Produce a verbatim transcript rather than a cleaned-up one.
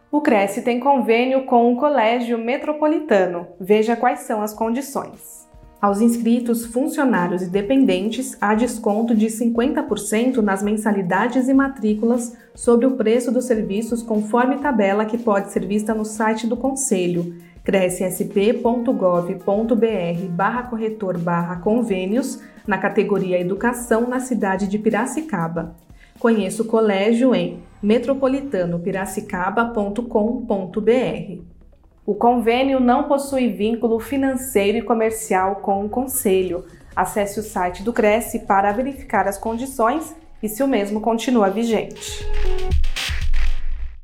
O Cresce tem convênio com o Colégio Metropolitano. Veja quais são as condições. Aos inscritos, funcionários e dependentes, há desconto de cinquenta por cento nas mensalidades e matrículas sobre o preço dos serviços conforme tabela que pode ser vista no site do Conselho, crescsp.gov.br barra corretor barra convênios, na categoria Educação, na cidade de Piracicaba. Conheça o colégio em metropolitano piracicaba ponto com ponto br. O convênio não possui vínculo financeiro e comercial com o Conselho. Acesse o site do Cresce para verificar as condições e se o mesmo continua vigente.